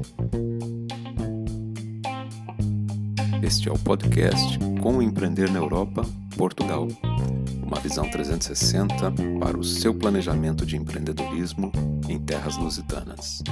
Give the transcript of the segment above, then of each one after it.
Este é o podcast Como Empreender na Europa, Portugal. Uma visão 360 para o seu planejamento de empreendedorismo em terras lusitanas.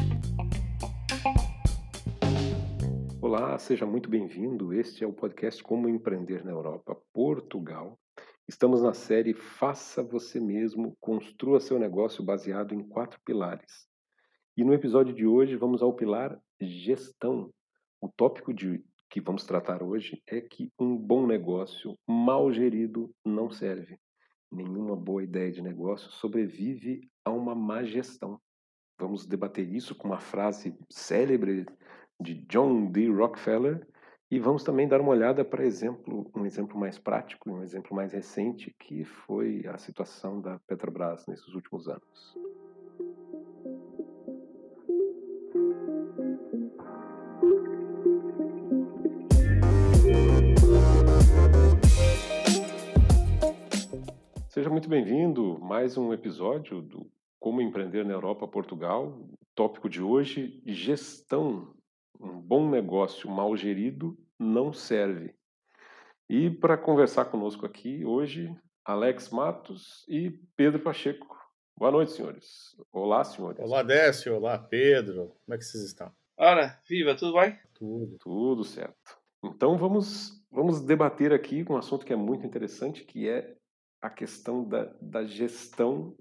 Olá, seja muito bem-vindo. Este é o podcast Como Empreender na Europa, Portugal. Estamos na série Faça Você Mesmo, Construa Seu Negócio baseado em 4 pilares. E no episódio de hoje vamos ao pilar Gestão. O tópico que vamos tratar hoje é que um bom negócio mal gerido não serve. Nenhuma boa ideia de negócio sobrevive a uma má gestão. Vamos debater isso com uma frase célebre de John D. Rockefeller e vamos também dar uma olhada para um exemplo mais prático e um exemplo mais recente, que foi a situação da Petrobras nesses últimos anos. Seja muito bem-vindo a mais um episódio do Como Empreender na Europa, Portugal. O tópico de hoje, gestão. Um bom negócio mal gerido não serve. E para conversar conosco aqui hoje, Alex Matos e Pedro Pacheco. Boa noite, senhores. Olá, senhores. Olá, Décio. Olá, Pedro. Como é que vocês estão? Ora, viva, tudo bem? Tudo certo. Então vamos debater aqui um assunto que é muito interessante, que é a questão da gestão.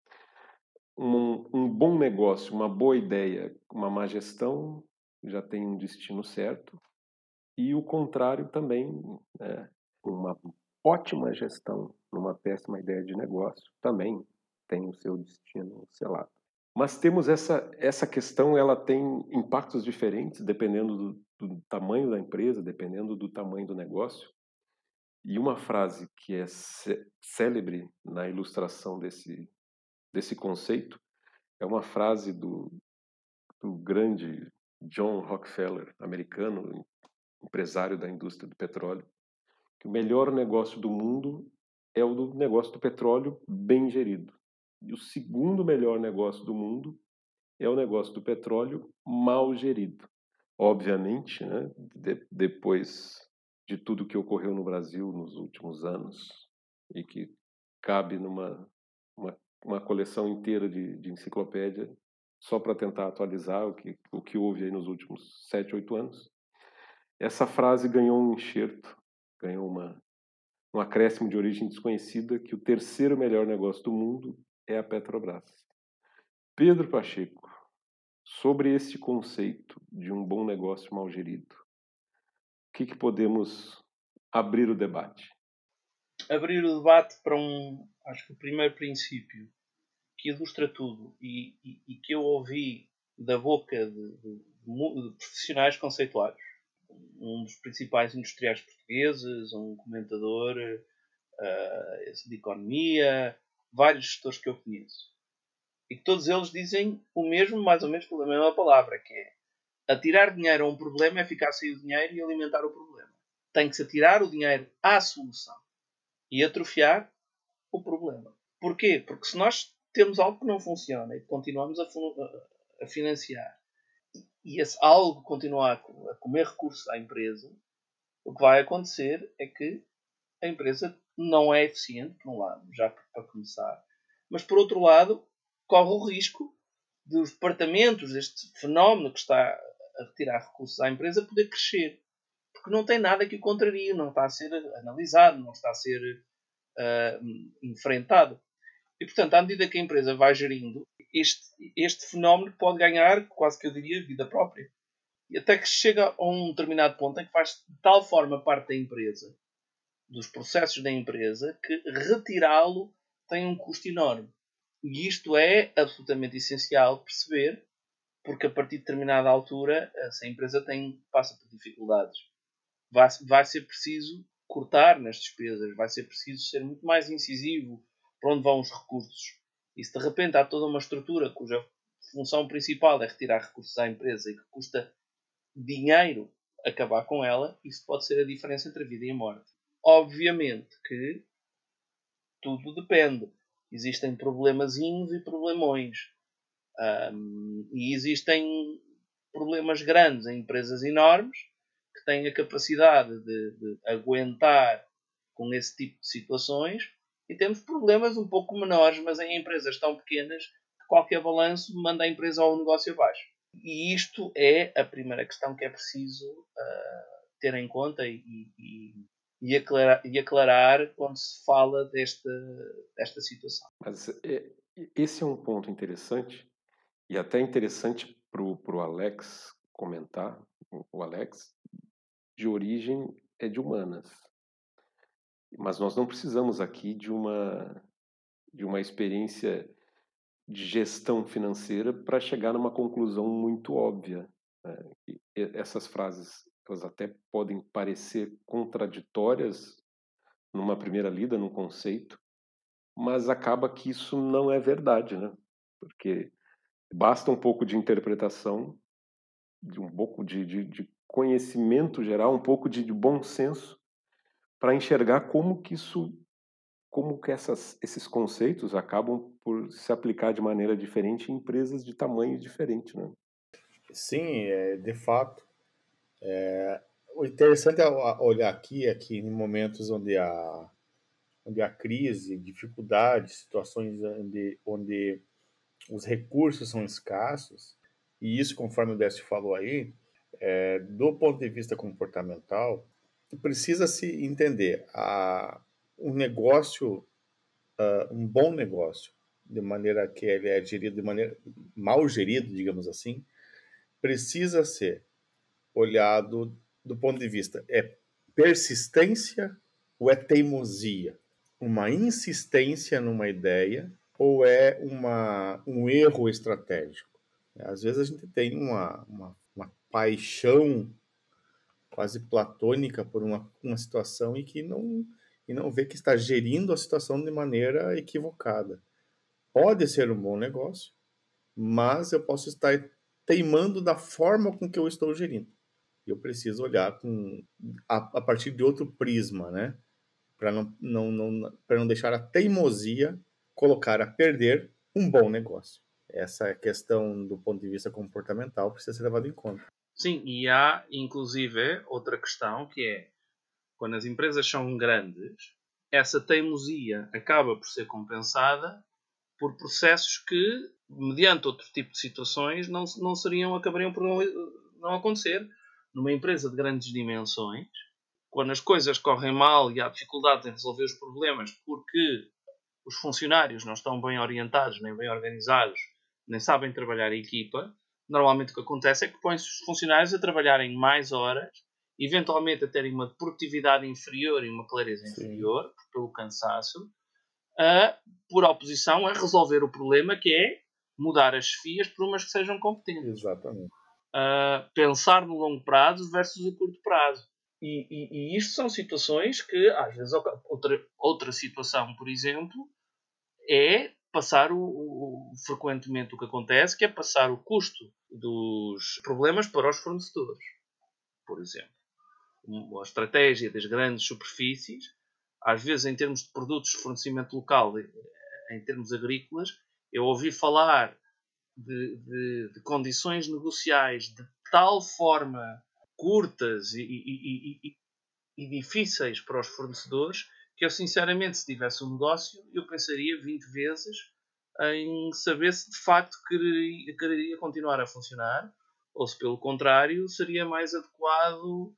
Um bom negócio, uma boa ideia, uma má gestão já tem um destino certo. E o contrário também, né? Uma ótima gestão numa péssima ideia de negócio também tem o seu destino selado. Mas temos essa questão, ela tem impactos diferentes dependendo do tamanho da empresa, dependendo do tamanho do negócio. E uma frase que é célebre na ilustração desse conceito é uma frase do grande John Rockefeller, americano, empresário da indústria do petróleo, que o melhor negócio do mundo é o do negócio do petróleo bem gerido. E o segundo melhor negócio do mundo é o negócio do petróleo mal gerido. Obviamente, né, depois de tudo que ocorreu no Brasil nos últimos anos e que cabe numa uma coleção inteira de enciclopédia só para tentar atualizar o que houve aí nos últimos 7, 8 anos, essa frase ganhou um enxerto, ganhou um acréscimo de origem desconhecida, que o terceiro melhor negócio do mundo é a Petrobras. Pedro Pacheco, sobre esse conceito de um bom negócio mal gerido, o que podemos abrir o debate? Abrir o debate para acho que o primeiro princípio que ilustra tudo e que eu ouvi da boca de profissionais conceituados. Um dos principais industriais portugueses, um comentador de economia, vários gestores que eu conheço. E que todos eles dizem o mesmo, mais ou menos pela mesma palavra, que é atirar dinheiro a um problema é ficar sem o dinheiro e alimentar o problema. Tem que se atirar o dinheiro à solução e atrofiar o problema. Porquê? Porque se nós temos algo que não funciona e continuamos a financiar e esse algo continuar a comer recursos à empresa, o que vai acontecer é que a empresa não é eficiente, por um lado, já para começar, mas por outro lado, corre o risco dos departamentos deste fenómeno que está a retirar recursos à empresa poder crescer. Porque não tem nada que o contrarie, não está a ser analisado, não está a ser enfrentado. E, portanto, à medida que a empresa vai gerindo, este fenómeno pode ganhar, quase que eu diria, vida própria. E até que chega a um determinado ponto em que faz de tal forma parte da empresa, dos processos da empresa, que retirá-lo tem um custo enorme. E isto é absolutamente essencial perceber, porque a partir de determinada altura, se a empresa passa por dificuldades, vai ser preciso cortar nas despesas, vai ser preciso ser muito mais incisivo para onde vão os recursos. E se de repente há toda uma estrutura cuja função principal é retirar recursos à empresa e que custa dinheiro acabar com ela, isso pode ser a diferença entre a vida e a morte. Obviamente que tudo depende. Existem problemazinhos e problemões. E existem problemas grandes em empresas enormes que têm a capacidade de aguentar com esse tipo de situações, e temos problemas um pouco menores, mas em empresas tão pequenas que qualquer balanço manda a empresa ou o negócio abaixo. E isto é a primeira questão que é preciso ter em conta e aclarar quando se fala desta situação. Mas esse é um ponto interessante, e até interessante para o Alex comentar. O Alex, de origem, é de humanas. Mas nós não precisamos aqui de uma experiência de gestão financeira para chegar numa conclusão muito óbvia, né? E essas frases, elas até podem parecer contraditórias numa primeira lida, num conceito, mas acaba que isso não é verdade, né? Porque basta um pouco de interpretação, de um pouco de conhecimento geral, um pouco de bom senso, para enxergar como que esses conceitos acabam por se aplicar de maneira diferente em empresas de tamanho diferente, né? Sim, de fato. O interessante é olhar aqui é que em momentos onde há crise, dificuldades, situações onde os recursos são escassos, e isso, conforme o Décio falou aí, do ponto de vista comportamental, precisa se entender um negócio, um bom negócio, de maneira que ele é gerido de maneira mal gerido, digamos assim, precisa ser olhado do ponto de vista persistência ou é teimosia? Uma insistência numa ideia ou é um erro estratégico? Às vezes a gente tem uma paixão quase platônica por uma situação e não vê que está gerindo a situação de maneira equivocada. Pode ser um bom negócio, mas eu posso estar teimando da forma com que eu estou gerindo. Eu preciso olhar a partir de outro prisma, né? Para não deixar a teimosia colocar a perder um bom negócio. Essa questão do ponto de vista comportamental precisa ser levada em conta. Sim, e há inclusive outra questão que é quando as empresas são grandes, essa teimosia acaba por ser compensada por processos que, mediante outro tipo de situações, acabariam por não acontecer. Numa empresa de grandes dimensões, quando as coisas correm mal e há dificuldade em resolver os problemas porque os funcionários não estão bem orientados, nem bem organizados, nem sabem trabalhar em equipa, normalmente o que acontece é que põe-se os funcionários a trabalharem mais horas, eventualmente a terem uma produtividade inferior e uma clareza inferior, pelo cansaço, por oposição a resolver o problema que é mudar as chefias por umas que sejam competentes. Exatamente. Pensar no longo prazo versus o curto prazo. E isto são situações que, às vezes, outra situação, por exemplo, é passar frequentemente o que acontece, que é passar o custo dos problemas para os fornecedores, por exemplo. A estratégia das grandes superfícies, às vezes em termos de produtos de fornecimento local, em termos agrícolas, eu ouvi falar de condições negociais de tal forma curtas e difíceis para os fornecedores que eu, sinceramente, se tivesse um negócio, eu pensaria 20 vezes em saber se de facto quereria continuar a funcionar ou se, pelo contrário, seria mais adequado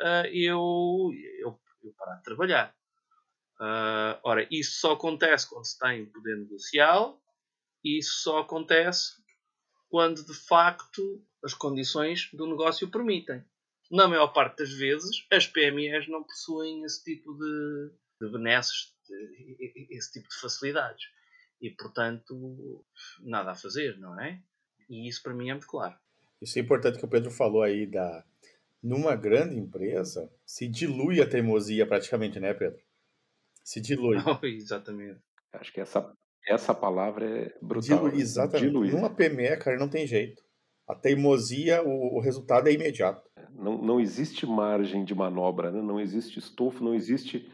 eu parar de trabalhar. Ora, isso só acontece quando se tem poder negocial e isso só acontece quando de facto as condições do negócio permitem. Na maior parte das vezes, as PMEs não possuem esse tipo de benesses, esse tipo de facilidades. E, portanto, nada a fazer, não é? E isso para mim é muito claro. Isso é importante que o Pedro falou aí numa grande empresa, se dilui a teimosia praticamente, né, Pedro? Se dilui. Exatamente. Acho que essa palavra é brutal, né? Exatamente. Diluir. Numa PME, cara, não tem jeito. A teimosia, o resultado é imediato. Não existe margem de manobra, né? Não existe estofo, não existe.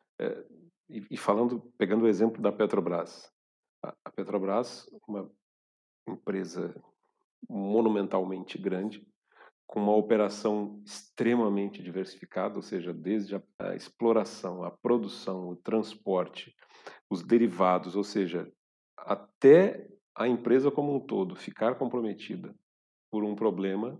Pegando o exemplo da Petrobras. A Petrobras, uma empresa monumentalmente grande, com uma operação extremamente diversificada, ou seja, desde a exploração, a produção, o transporte, os derivados, ou seja, até a empresa como um todo ficar comprometida por um problema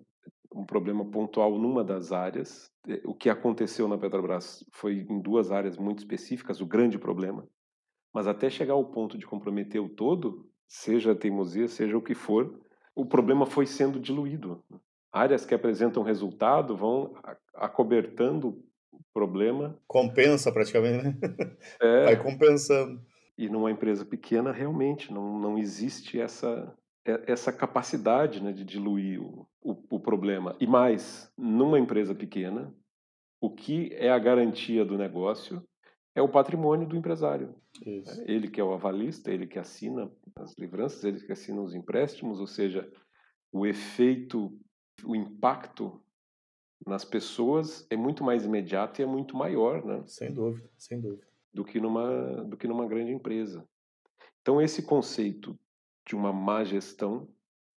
pontual numa das áreas. O que aconteceu na Petrobras foi em duas áreas muito específicas, o grande problema, mas até chegar ao ponto de comprometer o todo, seja a teimosia, seja o que for, o problema foi sendo diluído. Áreas que apresentam resultado vão acobertando o problema. Compensa praticamente, né? Vai É, compensando. e numa empresa pequena, realmente, não existe essa capacidade, né, de diluir o problema. E mais, numa empresa pequena, o que é a garantia do negócio é o patrimônio do empresário. Isso. Ele que é o avalista, ele que assina as livranças, ele que assina os empréstimos, ou seja, o efeito, o impacto nas pessoas é muito mais imediato e é muito maior, né, Sem dúvida, sem dúvida. do que numa grande empresa. Então, esse conceito de uma má gestão,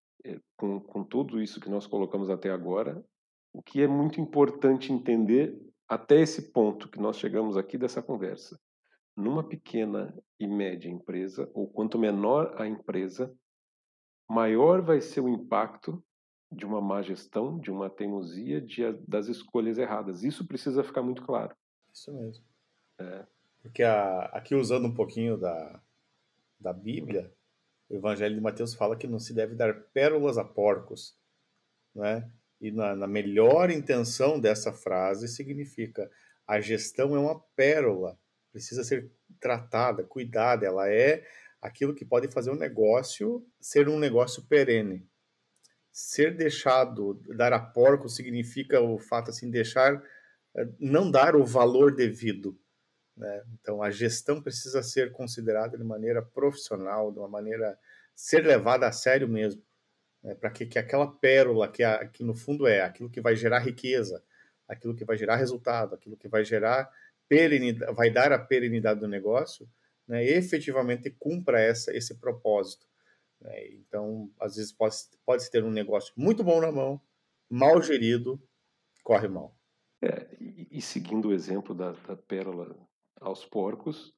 com tudo isso que nós colocamos até agora, o que é muito importante entender até esse ponto que nós chegamos aqui dessa conversa. Numa pequena e média empresa, ou quanto menor a empresa, maior vai ser o impacto de uma má gestão, de uma teimosia, das escolhas erradas. Isso precisa ficar muito claro. Isso mesmo. É. Porque aqui usando um pouquinho da Bíblia, o Evangelho de Mateus fala que não se deve dar pérolas a porcos, né? E na melhor intenção dessa frase significa a gestão é uma pérola, precisa ser tratada, cuidada, ela é aquilo que pode fazer um negócio ser um negócio perene. Ser deixado, dar a porco significa o fato assim, deixar, não dar o valor devido, né? Então, a gestão precisa ser considerada de maneira profissional, de uma maneira ser levada a sério mesmo, né? Para que aquela pérola que no fundo é aquilo que vai gerar riqueza, aquilo que vai gerar resultado, aquilo que vai gerar perenidade, vai dar a perenidade do negócio, né? Efetivamente cumpra esse propósito, né? Então, às vezes pode ter um negócio muito bom na mão, mal gerido, corre mal. E seguindo o exemplo da pérola aos porcos,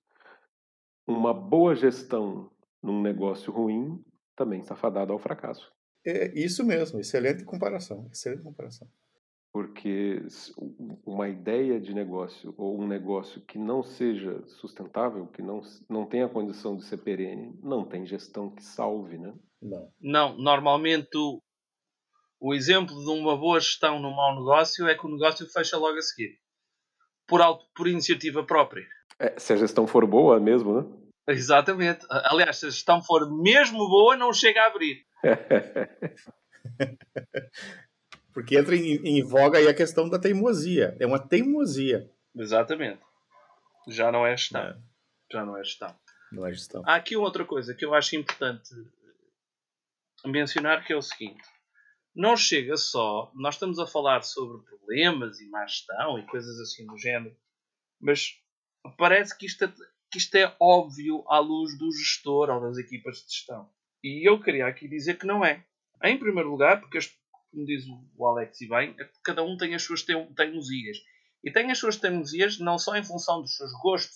uma boa gestão num negócio ruim também está fadada ao fracasso. É isso mesmo, excelente comparação, excelente comparação. Porque uma ideia de negócio ou um negócio que não seja sustentável, que não tenha condição de ser perene, não tem gestão que salve, né? Não. Não, normalmente o exemplo de uma boa gestão num mau negócio é que o negócio fecha logo a seguir. Por iniciativa própria. Se a gestão for boa mesmo, né? Exatamente. Aliás, se a gestão for mesmo boa, não chega a abrir. Porque entra em voga aí a questão da teimosia. É uma teimosia. Exatamente. Já não é gestão. Né? Já não é gestão. Não é gestão. Há aqui outra coisa que eu acho importante mencionar, que é o seguinte. Não chega só... Nós estamos a falar sobre problemas e má gestão e coisas assim do género, mas parece que isto é óbvio à luz do gestor ou das equipas de gestão. E eu queria aqui dizer que não é. Em primeiro lugar, porque, como diz o Alex e bem, cada um tem as suas teimosias. E tem as suas teimosias não só em função dos seus gostos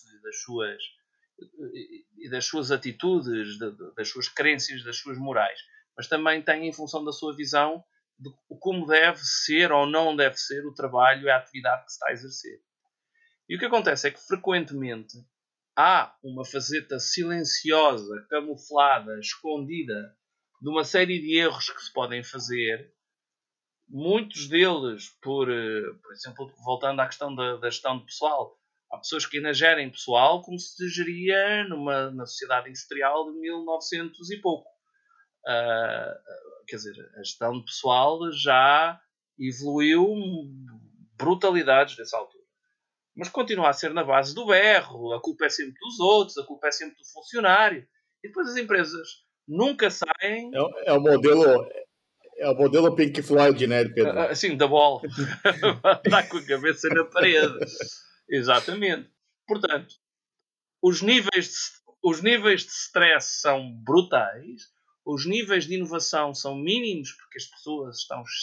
e das suas atitudes, das suas crenças, das suas morais, mas também tem em função da sua visão de como deve ser ou não deve ser o trabalho e a atividade que se está a exercer. E o que acontece é que frequentemente há uma faceta silenciosa, camuflada, escondida de uma série de erros que se podem fazer, muitos deles por exemplo, voltando à questão da gestão de pessoal, há pessoas que ainda gerem pessoal como se geria na sociedade industrial de 1900 e pouco. Quer dizer, a gestão de pessoal já evoluiu brutalidades dessa altura. Mas continua a ser na base do berro, a culpa é sempre dos outros, a culpa é sempre do funcionário. E depois as empresas nunca saem... É o modelo Pink Floyd, né, Pedro? Assim, da bola. Dá com a cabeça na parede. Exatamente. Portanto, os níveis de stress são brutais, os níveis de inovação são mínimos porque as pessoas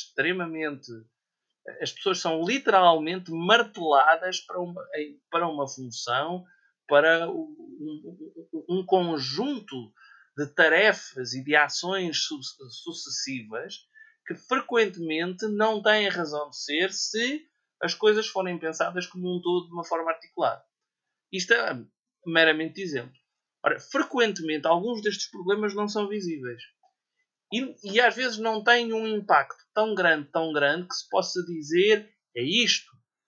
são literalmente marteladas para uma função, para um conjunto de tarefas e de ações sucessivas que frequentemente não têm razão de ser se as coisas forem pensadas como um todo de uma forma articulada. Isto é meramente exemplo. Ora, frequentemente alguns destes problemas não são visíveis. E às vezes não têm um impacto tão grande, que se possa dizer é isto.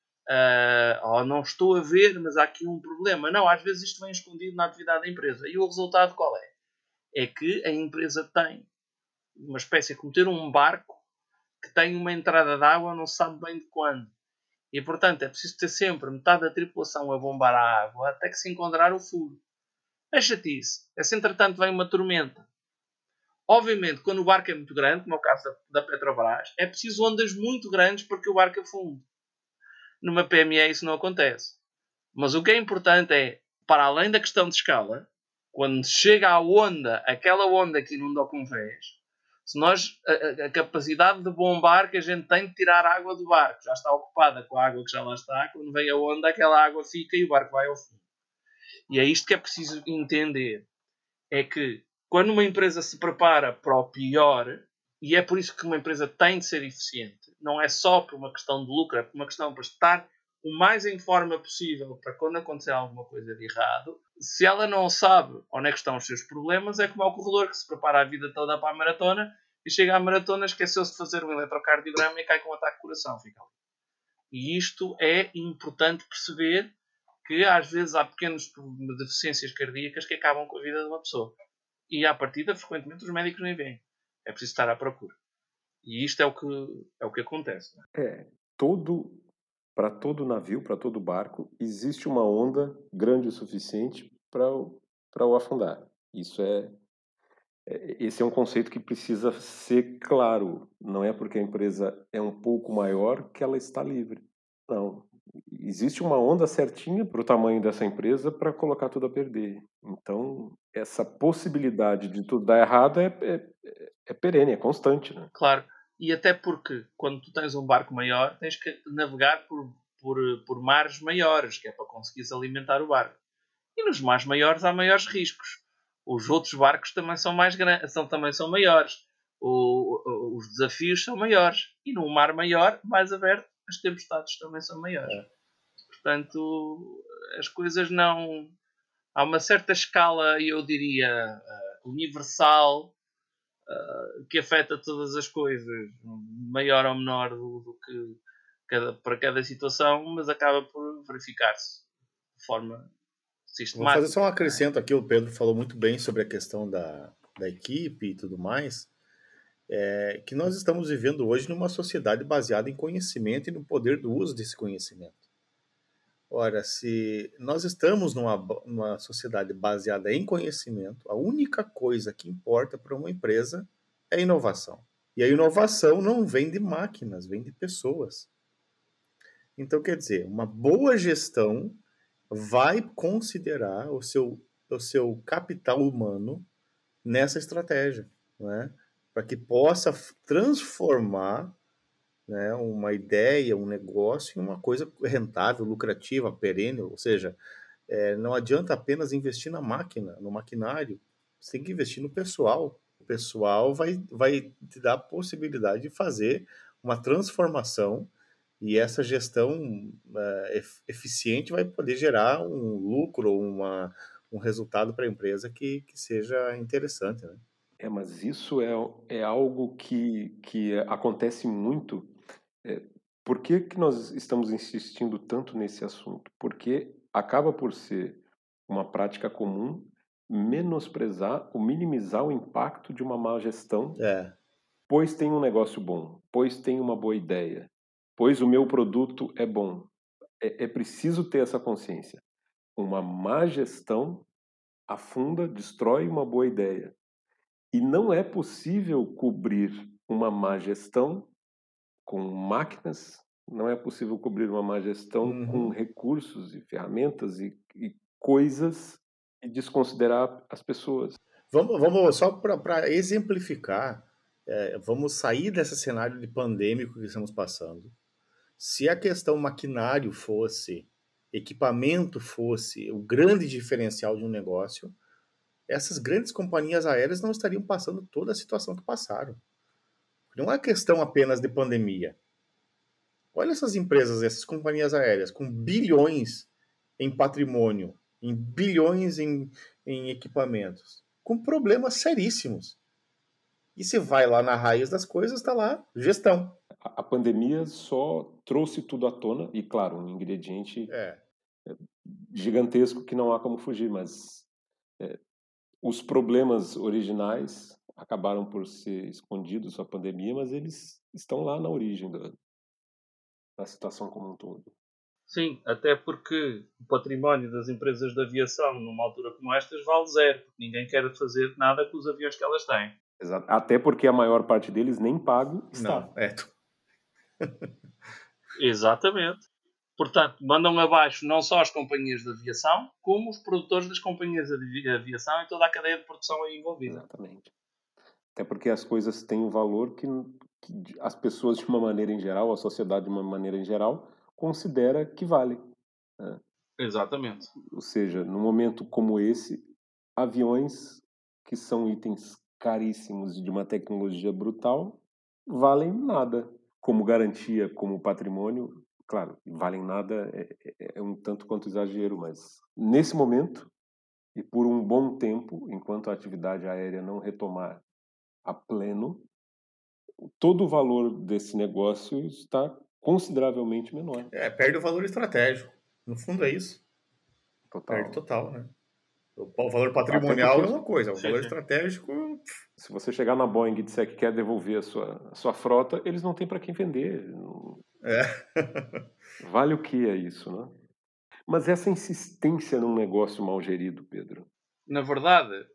Ou não estou a ver, mas há aqui um problema. Não, às vezes isto vem escondido na atividade da empresa. E o resultado qual é? É que a empresa tem uma espécie como ter um barco que tem uma entrada de água, não se sabe bem de quando. E, portanto, é preciso ter sempre metade da tripulação a bombar a água até que se encontrar o furo. A chatice é se, entretanto, vem uma tormenta. Obviamente, quando o barco é muito grande, como é o caso da Petrobras, é preciso ondas muito grandes para que o barco afunde. Numa PME isso não acontece. Mas o que é importante é, para além da questão de escala, quando chega à onda, aquela onda que inunda o convés, se nós, a capacidade de bombar que a gente tem de tirar a água do barco já está ocupada com a água que já lá está, quando vem a onda, aquela água fica e o barco vai ao fundo. E é isto que é preciso entender. É que quando uma empresa se prepara para o pior, e é por isso que uma empresa tem de ser eficiente, não é só por uma questão de lucro, é por uma questão para estar o mais em forma possível para quando acontecer alguma coisa de errado. Se ela não sabe onde é que estão os seus problemas, é como ao corredor que se prepara a vida toda para a maratona e chega à maratona, esqueceu-se de fazer um eletrocardiograma e cai com um ataque de coração. Fica ali. E isto é importante perceber, que às vezes há pequenas deficiências cardíacas que acabam com a vida de uma pessoa. E à partida, frequentemente, os médicos nem veem. É preciso estar à procura. E isto é o que acontece. Não é? Para todo navio, para todo barco, existe uma onda grande o suficiente para o afundar. Esse é um conceito que precisa ser claro. Não é porque a empresa é um pouco maior que ela está livre. Não. Existe uma onda certinha para o tamanho dessa empresa para colocar tudo a perder. Então, essa possibilidade de tudo dar errado é perene, é constante, né? Claro. E até porque, quando tu tens um barco maior, tens que navegar por mares maiores, que é para conseguires alimentar o barco. E nos mares maiores há maiores riscos. Os outros barcos também são mais grandes, também são maiores. Os desafios são maiores. E num mar maior, mais aberto, as tempestades também são maiores. Portanto, as coisas não... Há uma certa escala, eu diria, universal, que afeta todas as coisas, maior ou menor do que para cada situação, mas acaba por verificar-se de forma Vou fazer só um sistemática. acrescento aqui. O Pedro falou muito bem sobre a questão da equipe e tudo mais. Que nós estamos vivendo hoje numa sociedade baseada em conhecimento e no poder do uso desse conhecimento. Ora, se nós estamos numa sociedade baseada em conhecimento, a única coisa que importa para uma empresa é a inovação. E a inovação não vem de máquinas, vem de pessoas. Então, quer dizer, uma boa gestão vai considerar o seu capital humano nessa estratégia, né? Para que possa transformar, né, uma ideia, um negócio em uma coisa rentável, lucrativa, perene. Ou seja, não adianta apenas investir na máquina, no maquinário, você tem que investir no pessoal. O pessoal vai te dar a possibilidade de fazer uma transformação, e essa gestão eficiente vai poder gerar um lucro, um resultado para a empresa que seja interessante, né? Mas isso é algo que acontece muito. Por que nós estamos insistindo tanto nesse assunto? Porque acaba por ser uma prática comum menosprezar ou minimizar o impacto de uma má gestão, pois tem um negócio bom, pois tem uma boa ideia, pois o meu produto é bom. É preciso ter essa consciência. Uma má gestão afunda, destrói uma boa ideia. E não é possível cobrir uma má gestão com máquinas, não é possível cobrir uma má gestão com recursos e ferramentas e coisas e desconsiderar as pessoas. Vamos só para exemplificar, vamos sair desse cenário de pandêmico que estamos passando. Se a questão maquinário fosse, equipamento fosse o grande diferencial de um negócio, essas grandes companhias aéreas não estariam passando toda a situação que passaram. Não é questão apenas de pandemia. Olha essas empresas, essas companhias aéreas, com bilhões em patrimônio, em bilhões em equipamentos, com problemas seríssimos. E se vai lá na raiz das coisas, está lá, gestão. A pandemia só trouxe tudo à tona, e claro, um ingrediente gigantesco que não há como fugir, mas os problemas originais acabaram por ser escondidos com a pandemia, mas eles estão lá na origem da situação como um todo. Sim, até porque o património das empresas de aviação numa altura como estas vale zero, porque ninguém quer fazer nada com os aviões que elas têm. Exato. Até porque a maior parte deles nem pago está. Não, Exatamente. Portanto, mandam abaixo não só as companhias de aviação, como os produtores das companhias de aviação e toda a cadeia de produção aí envolvida. Exatamente. Até porque as coisas têm um valor que as pessoas, de uma maneira em geral, a sociedade, de uma maneira em geral, considera que vale. Né? Exatamente. Ou seja, num momento como esse, aviões que são itens caríssimos e de uma tecnologia brutal valem nada. Como garantia, como patrimônio, claro, valem nada é um tanto quanto exagero, mas nesse momento e por um bom tempo, enquanto a atividade aérea não retomar a pleno, todo o valor desse negócio está consideravelmente menor. Perde o valor estratégico. No fundo é isso. Total. Perde total, né? O valor patrimonial é uma coisa, o valor estratégico... Se você chegar na Boeing e disser que quer devolver a sua frota, eles não têm para quem vender. Vale o que é isso, né? Mas essa insistência num negócio mal gerido, Pedro? Na verdade,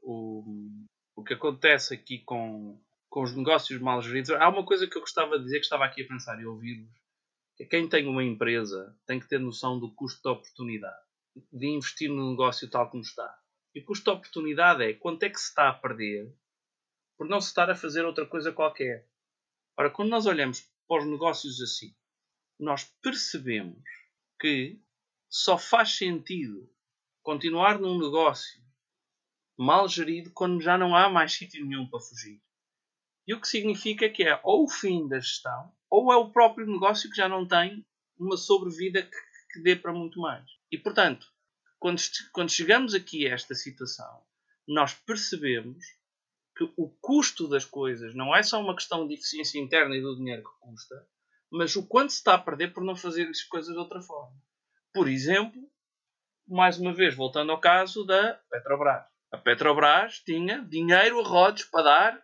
o que acontece aqui com os negócios mal geridos... Há uma coisa que eu gostava de dizer, que estava aqui a pensar e ouvir-vos, que quem tem uma empresa tem que ter noção do custo de oportunidade, de investir no negócio tal como está. E o custo de oportunidade é quanto é que se está a perder por não se estar a fazer outra coisa qualquer. Ora, quando nós olhamos para os negócios assim, nós percebemos que só faz sentido continuar num negócio mal gerido quando já não há mais sítio nenhum para fugir. E o que significa que é ou o fim da gestão, ou é o próprio negócio que já não tem uma sobrevida que dê para muito mais. E, portanto, quando chegamos aqui a esta situação, nós percebemos que o custo das coisas não é só uma questão de eficiência interna e do dinheiro que custa, mas o quanto se está a perder por não fazer as coisas de outra forma. Por exemplo, mais uma vez, voltando ao caso da Petrobras. A Petrobras tinha dinheiro a rodos para dar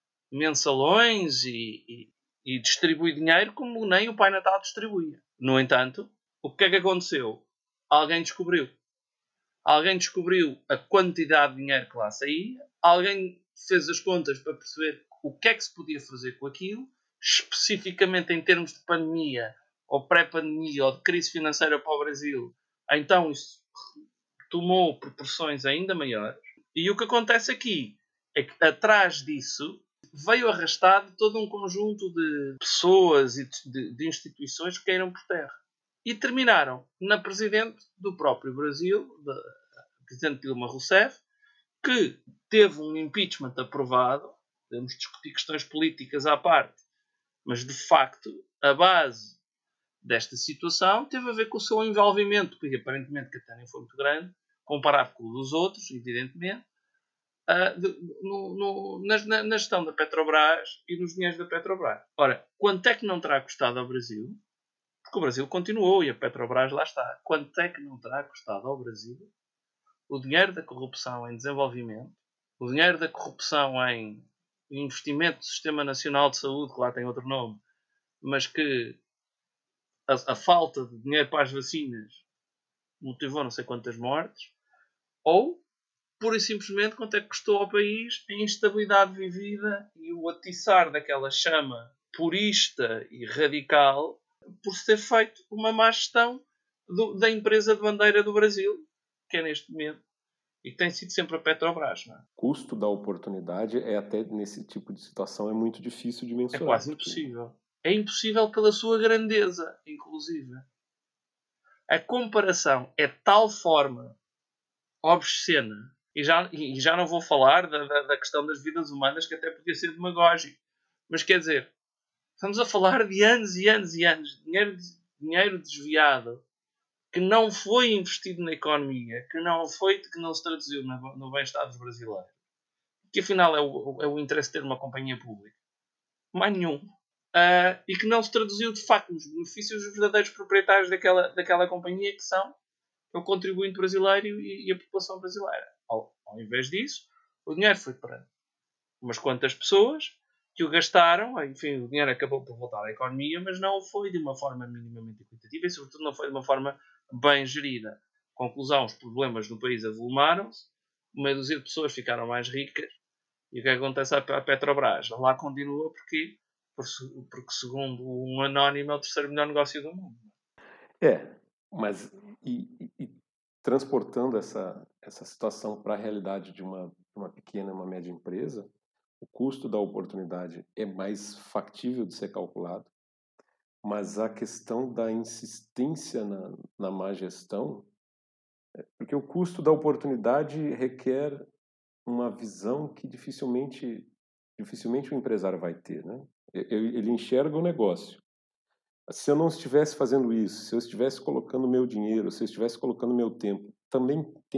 mensalões e distribui dinheiro como nem o Pai Natal distribuía. No entanto, o que é que aconteceu? Alguém descobriu. Alguém descobriu a quantidade de dinheiro que lá saía, alguém fez as contas para perceber o que é que se podia fazer com aquilo, especificamente em termos de pandemia, ou pré-pandemia, ou de crise financeira para o Brasil. Então isso tomou proporções ainda maiores. E o que acontece aqui é que atrás disso veio arrastado todo um conjunto de pessoas e de instituições que caíram por terra. E terminaram na presidente do próprio Brasil, da presidente Dilma Rousseff, que teve um impeachment aprovado. Podemos discutir questões políticas à parte, mas de facto a base desta situação teve a ver com o seu envolvimento, porque aparentemente que até nem foi muito grande, comparado com o dos outros, evidentemente, na gestão da Petrobras e nos dinheiros da Petrobras. Ora, quanto é que não terá custado ao Brasil? Porque o Brasil continuou e a Petrobras lá está. Quanto é que não terá custado ao Brasil o dinheiro da corrupção em desenvolvimento, o dinheiro da corrupção em investimento do Sistema Nacional de Saúde, que lá tem outro nome, mas que a falta de dinheiro para as vacinas motivou não sei quantas mortes, ou pura e simplesmente quanto é que custou ao país a instabilidade vivida e o atiçar daquela chama purista e radical por se ter feito uma má gestão da empresa de bandeira do Brasil, que é neste momento e que tem sido sempre a Petrobras, não é? O custo da oportunidade é até nesse tipo de situação é muito difícil de É mensurar. quase impossível. É impossível pela sua grandeza, inclusive. A comparação é de tal forma obscena, e já não vou falar da questão das vidas humanas, que até podia ser demagógico. Mas quer dizer, estamos a falar de anos e anos e anos de dinheiro desviado que não foi investido na economia, que não se traduziu no bem-estar dos brasileiros, que afinal é o interesse de ter uma companhia pública. Mais nenhum. E que não se traduziu de facto nos benefícios dos verdadeiros proprietários daquela companhia, que são o contribuinte brasileiro e a população brasileira. Ao invés disso, o dinheiro foi para umas quantas pessoas que o gastaram, enfim, o dinheiro acabou por voltar à economia, mas não foi de uma forma minimamente equitativa e, sobretudo, não foi de uma forma bem gerida. Conclusão, os problemas no país avolumaram-se, meia dúzia de pessoas ficaram mais ricas, e o que acontece à Petrobras? Lá continua porque segundo um anónimo, é o terceiro melhor negócio do mundo. Mas e transportando essa situação para a realidade de uma pequena e uma média empresa, o custo da oportunidade é mais factível de ser calculado, mas a questão da insistência na má gestão, porque o custo da oportunidade requer uma visão que dificilmente o empresário vai ter, né? Ele enxerga o negócio. Se eu não estivesse fazendo isso, se eu estivesse colocando meu dinheiro, se eu estivesse colocando meu tempo, também tem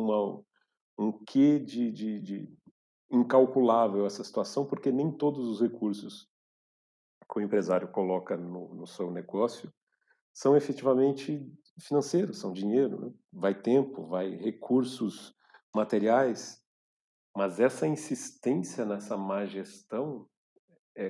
um quê de incalculável essa situação, porque nem todos os recursos que o empresário coloca no seu negócio são efetivamente financeiros, são dinheiro, né? Vai tempo, vai recursos materiais, mas essa insistência nessa má gestão é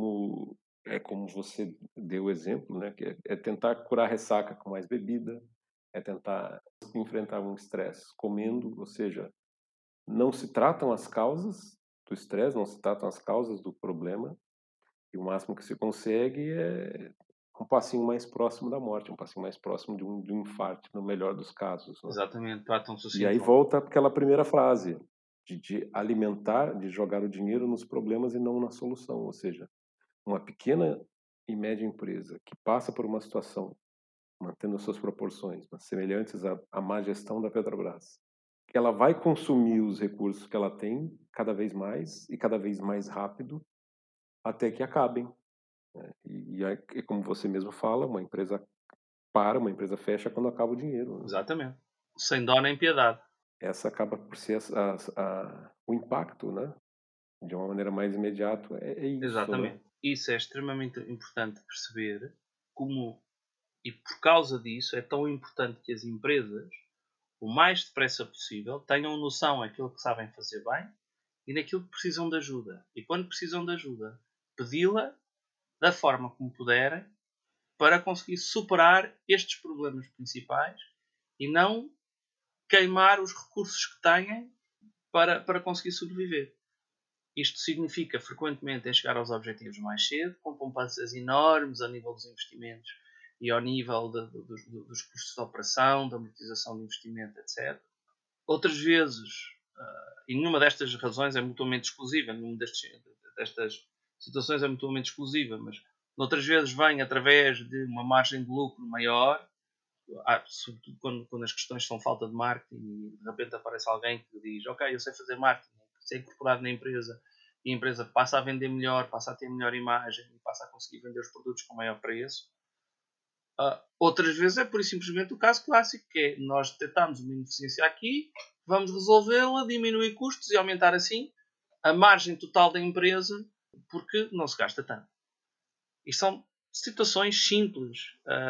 como você deu o exemplo, né? Que é tentar curar a ressaca com mais bebida, é tentar enfrentar um estresse comendo, ou seja, não se tratam as causas do estresse, não se tratam as causas do problema, e o máximo que se consegue é um passinho mais próximo da morte, um passinho mais próximo de um infarto, no melhor dos casos, né? Exatamente, tratam-se E assim. aí volta aquela primeira frase, de alimentar, de jogar o dinheiro nos problemas e não na solução, ou seja, uma pequena e média empresa que passa por uma situação, mantendo suas proporções, mas semelhantes à má gestão da Petrobras, que ela vai consumir os recursos que ela tem cada vez mais e cada vez mais rápido até que acabem, né? E como você mesmo fala, uma empresa uma empresa fecha quando acaba o dinheiro, né? Exatamente. Sem dó nem piedade. Essa acaba por ser o impacto, né? De uma maneira mais imediata, é isso, né? Exatamente. Isso é extremamente importante perceber como, e por causa disso, é tão importante que as empresas, o mais depressa possível, tenham noção daquilo que sabem fazer bem e daquilo que precisam de ajuda. E quando precisam de ajuda, pedi-la da forma como puderem para conseguir superar estes problemas principais e não queimar os recursos que têm para conseguir sobreviver. Isto significa frequentemente chegar aos objetivos mais cedo, com poupanças enormes ao nível dos investimentos e ao nível dos custos de operação, da amortização de investimento, etc. Outras vezes, e nenhuma destas razões é mutuamente exclusiva, nenhuma destas situações é mutuamente exclusiva, mas outras vezes vem através de uma margem de lucro maior, sobretudo quando as questões são falta de marketing e de repente aparece alguém que diz: ok, eu sei fazer marketing, sei incorporado na empresa, e a empresa passa a vender melhor, passa a ter melhor imagem e passa a conseguir vender os produtos com maior preço. Outras vezes é por simplesmente o caso clássico, que é nós detectamos uma ineficiência aqui, vamos resolvê-la, diminuir custos e aumentar assim a margem total da empresa, porque não se gasta tanto. Isto são situações simples,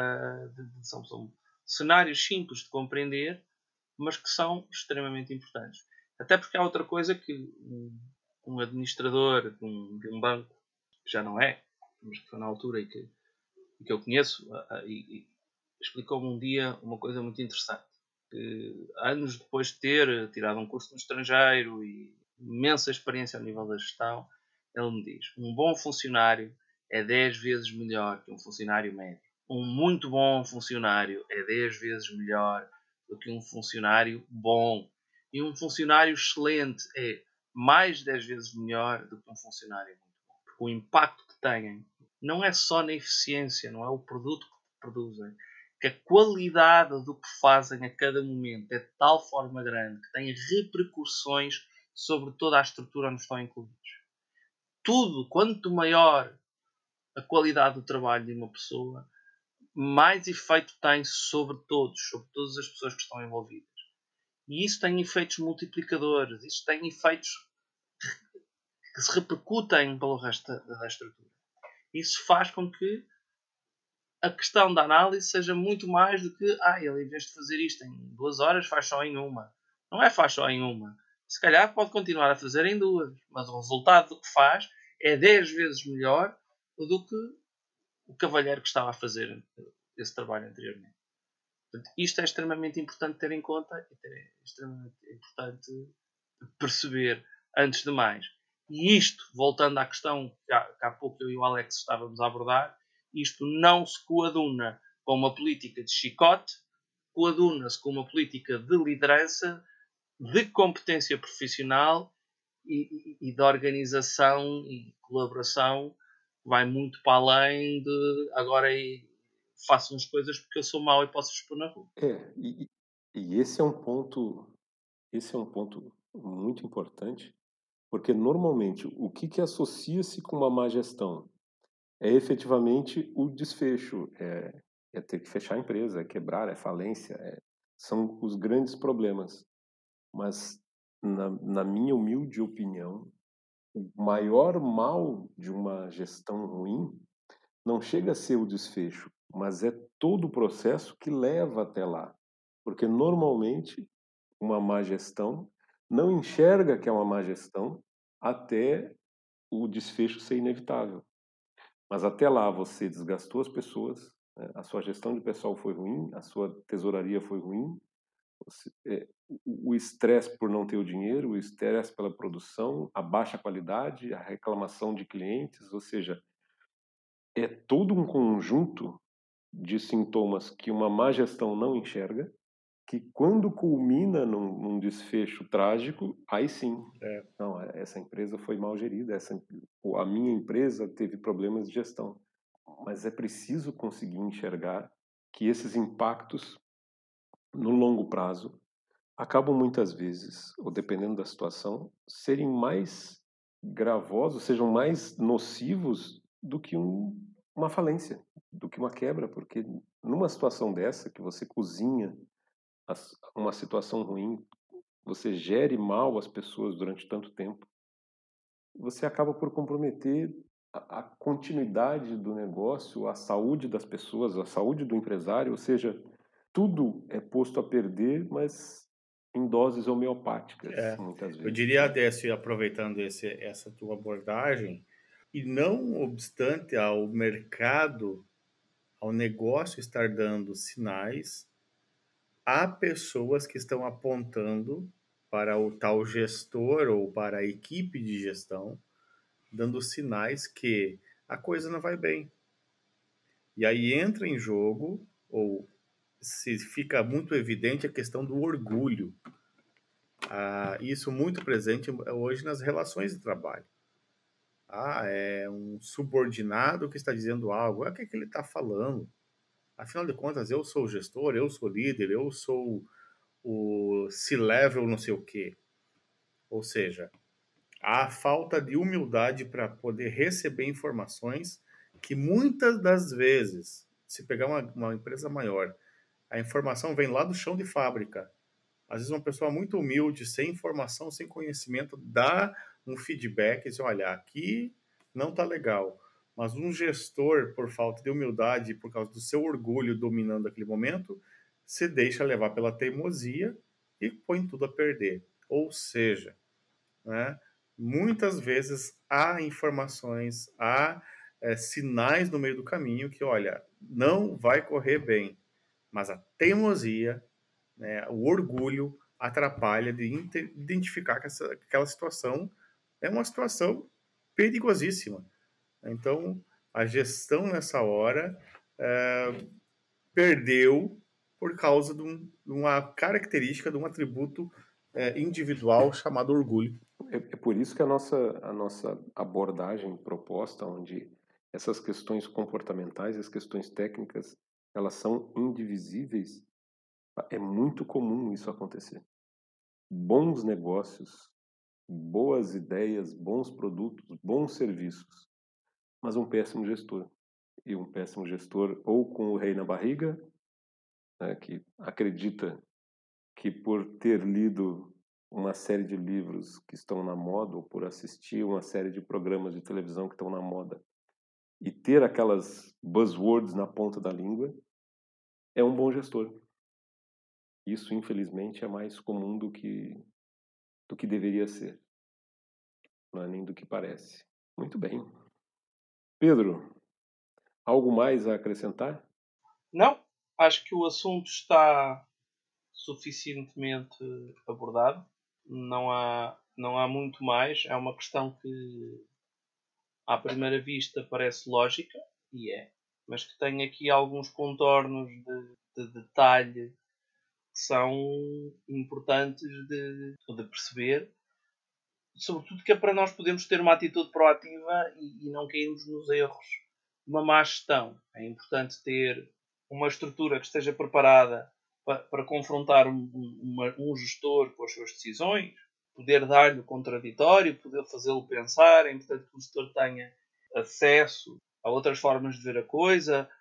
são cenários simples de compreender, mas que são extremamente importantes. Até porque há outra coisa que um administrador de um banco, que já não é, mas que foi na altura e que eu conheço, e explicou-me um dia uma coisa muito interessante. Que, anos depois de ter tirado um curso no estrangeiro e imensa experiência a nível da gestão, ele me diz: um bom funcionário é 10 vezes melhor que um funcionário médio. Um muito bom funcionário é 10 vezes melhor do que um funcionário bom. E um funcionário excelente é mais de 10 vezes melhor do que um funcionário muito bom. Porque o impacto que têm não é só na eficiência, não é o produto que produzem, que a qualidade do que fazem a cada momento é de tal forma grande que tem repercussões sobre toda a estrutura onde estão incluídos. Tudo, quanto maior a qualidade do trabalho de uma pessoa, mais efeito tem sobre todos, sobre todas as pessoas que estão envolvidas. E isso tem efeitos multiplicadores, isso tem efeitos que se repercutem pelo resto da estrutura. Isso faz com que a questão da análise seja muito mais do que ele em vez de fazer isto em 2 horas faz só em uma. Não é faz só em uma. Se calhar pode continuar a fazer em 2, mas o resultado do que faz é 10 vezes melhor do que o cavalheiro que estava a fazer esse trabalho anteriormente. Portanto, isto é extremamente importante ter em conta e é extremamente importante perceber antes de mais. E isto, voltando à questão que há pouco eu e o Alex estávamos a abordar, isto não se coaduna com uma política de chicote, coaduna-se com uma política de liderança, de competência profissional e de organização e colaboração, que vai muito para além de agora façam as coisas porque eu sou mau e posso vos pôr na rua. E esse é um ponto muito importante, porque normalmente o que associa-se com uma má gestão é efetivamente o desfecho, é ter que fechar a empresa, é quebrar, é falência, são os grandes problemas. Mas, na minha humilde opinião, o maior mal de uma gestão ruim não chega a ser o desfecho, mas é todo o processo que leva até lá. Porque, normalmente, uma má gestão não enxerga que é uma má gestão até o desfecho ser inevitável. Mas até lá você desgastou as pessoas, né? A sua gestão de pessoal foi ruim, a sua tesouraria foi ruim, o estresse por não ter o dinheiro, o estresse pela produção, a baixa qualidade, a reclamação de clientes, ou seja, é todo um conjunto de sintomas que uma má gestão não enxerga, que quando culmina num desfecho trágico, aí sim, não, essa empresa foi mal gerida, a minha empresa teve problemas de gestão. Mas é preciso conseguir enxergar que esses impactos, no longo prazo, acabam muitas vezes, ou dependendo da situação, serem mais gravosos, sejam mais nocivos do que uma falência, do que uma quebra, porque numa situação dessa, que você cozinha uma situação ruim, você gere mal as pessoas durante tanto tempo, você acaba por comprometer a continuidade do negócio, a saúde das pessoas, a saúde do empresário, ou seja, tudo é posto a perder, mas em doses homeopáticas, muitas Eu vezes, diria, né? Décio, aproveitando essa tua abordagem, e não obstante ao mercado, ao negócio estar dando sinais, há pessoas que estão apontando para o tal gestor ou para a equipe de gestão, dando sinais que a coisa não vai bem. E aí entra em jogo, ou se fica muito evidente, a questão do orgulho. Isso muito presente hoje nas relações de trabalho. É um subordinado que está dizendo algo. O que é que ele está falando? Afinal de contas, eu sou o gestor, eu sou o líder, eu sou o C-level não sei o quê. Ou seja, há falta de humildade para poder receber informações que muitas das vezes, se pegar uma empresa maior, a informação vem lá do chão de fábrica. Às vezes uma pessoa muito humilde, sem informação, sem conhecimento, dá um feedback e diz, olha, aqui não está legal. Mas um gestor, por falta de humildade, por causa do seu orgulho dominando aquele momento, se deixa levar pela teimosia e põe tudo a perder. Ou seja, né, muitas vezes há informações, há sinais no meio do caminho que, olha, não vai correr bem. Mas a teimosia, né, o orgulho atrapalha de identificar que aquela situação é uma situação perigosíssima. Então, a gestão nessa hora perdeu por causa de uma característica, de um atributo individual chamado orgulho. É por isso que a nossa abordagem proposta, onde essas questões comportamentais, as questões técnicas, elas são indivisíveis, é muito comum isso acontecer. Bons negócios, boas ideias, bons produtos, bons serviços, mas um péssimo gestor. E um péssimo gestor ou com o rei na barriga, né, que acredita que por ter lido uma série de livros que estão na moda ou por assistir uma série de programas de televisão que estão na moda e ter aquelas buzzwords na ponta da língua, é um bom gestor. Isso, infelizmente, é mais comum do que deveria ser. Não é nem do que parece. Muito bem. Pedro, algo mais a acrescentar? Não, acho que o assunto está suficientemente abordado. Não há muito mais. É uma questão que, à primeira vista, parece lógica, e é, mas que tem aqui alguns contornos de detalhe que são importantes de perceber. Sobretudo que é para nós podermos ter uma atitude proativa e não cairmos nos erros de uma má gestão. É importante ter uma estrutura que esteja preparada para confrontar um gestor com as suas decisões, poder dar-lhe o contraditório, poder fazê-lo pensar. É importante que o gestor tenha acesso a outras formas de ver a coisa,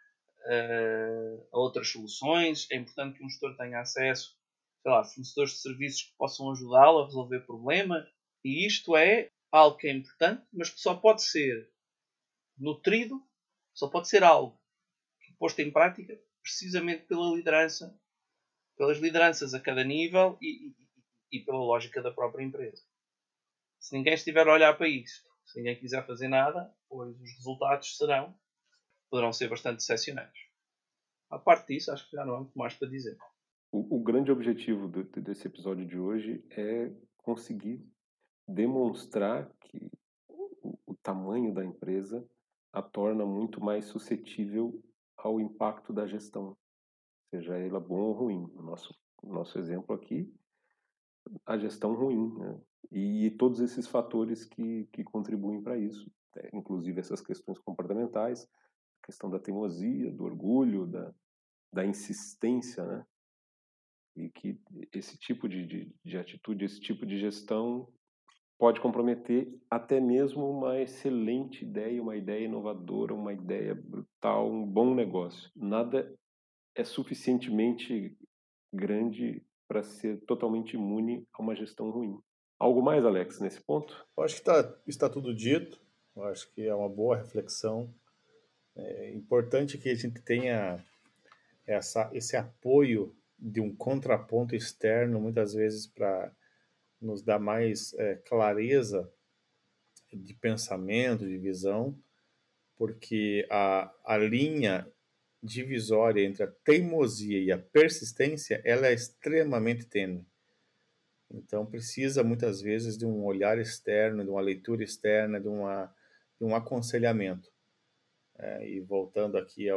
a outras soluções. É importante que um gestor tenha acesso, sei lá, a fornecedores de serviços que possam ajudá-lo a resolver problemas. E isto é algo que é importante, mas que só pode ser nutrido, só pode ser algo posto em prática precisamente pela liderança, pelas lideranças a cada nível e pela lógica da própria empresa. Se ninguém estiver a olhar para isto, se ninguém quiser fazer nada, pois os resultados poderão ser bastante decepcionantes. A parte disso, acho que já não há muito mais para dizer. O grande objetivo desse episódio de hoje é conseguir demonstrar que o tamanho da empresa a torna muito mais suscetível ao impacto da gestão, seja ela bom ou ruim. No nosso exemplo aqui, a gestão ruim, né? E todos esses fatores que contribuem para isso, inclusive essas questões comportamentais, a questão da teimosia, do orgulho, da insistência, né? E que esse tipo de atitude, esse tipo de gestão pode comprometer até mesmo uma excelente ideia, uma ideia inovadora, uma ideia brutal, um bom negócio. Nada é suficientemente grande para ser totalmente imune a uma gestão ruim. Algo mais, Alex, nesse ponto? Eu acho que está tudo dito. Eu acho que é uma boa reflexão. É importante que a gente tenha esse apoio de um contraponto externo, muitas vezes para nos dar mais clareza de pensamento, de visão, porque a linha divisória entre a teimosia e a persistência, ela é extremamente tênue. Então precisa muitas vezes de um olhar externo, de uma leitura externa, de um aconselhamento. E voltando aqui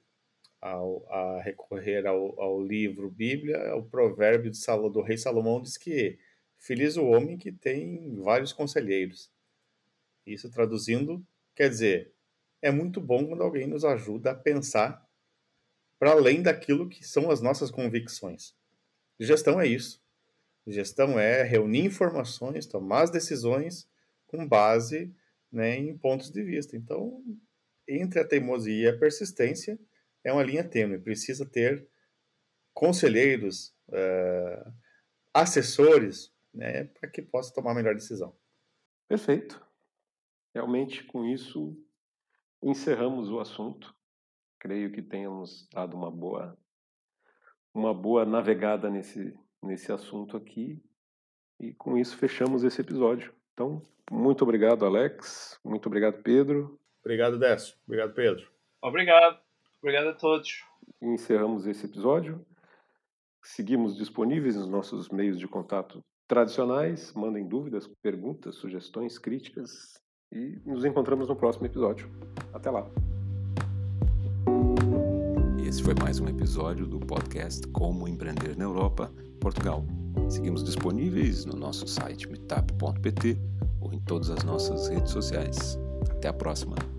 a recorrer ao livro Bíblia, o provérbio do rei Salomão diz que feliz o homem que tem vários conselheiros. Isso traduzindo, quer dizer, é muito bom quando alguém nos ajuda a pensar para além daquilo que são as nossas convicções. Gestão é isso. Gestão é reunir informações, tomar as decisões com base, né, em pontos de vista. Então, entre a teimosia e a persistência, é uma linha tênue. Precisa ter conselheiros, assessores, né, para que possa tomar a melhor decisão. Perfeito. Realmente, com isso, encerramos o assunto. Creio que tenhamos dado uma boa navegada nesse assunto aqui. E com isso fechamos esse episódio. Então, muito obrigado, Alex. Muito obrigado, Pedro. Obrigado, Décio. Obrigado, Pedro. Obrigado. Obrigado a todos. E encerramos esse episódio. Seguimos disponíveis nos nossos meios de contato tradicionais. Mandem dúvidas, perguntas, sugestões, críticas. E nos encontramos no próximo episódio. Até lá. Esse foi mais um episódio do podcast Como Empreender na Europa, Portugal. Seguimos disponíveis no nosso site meetup.pt ou em todas as nossas redes sociais. Até a próxima!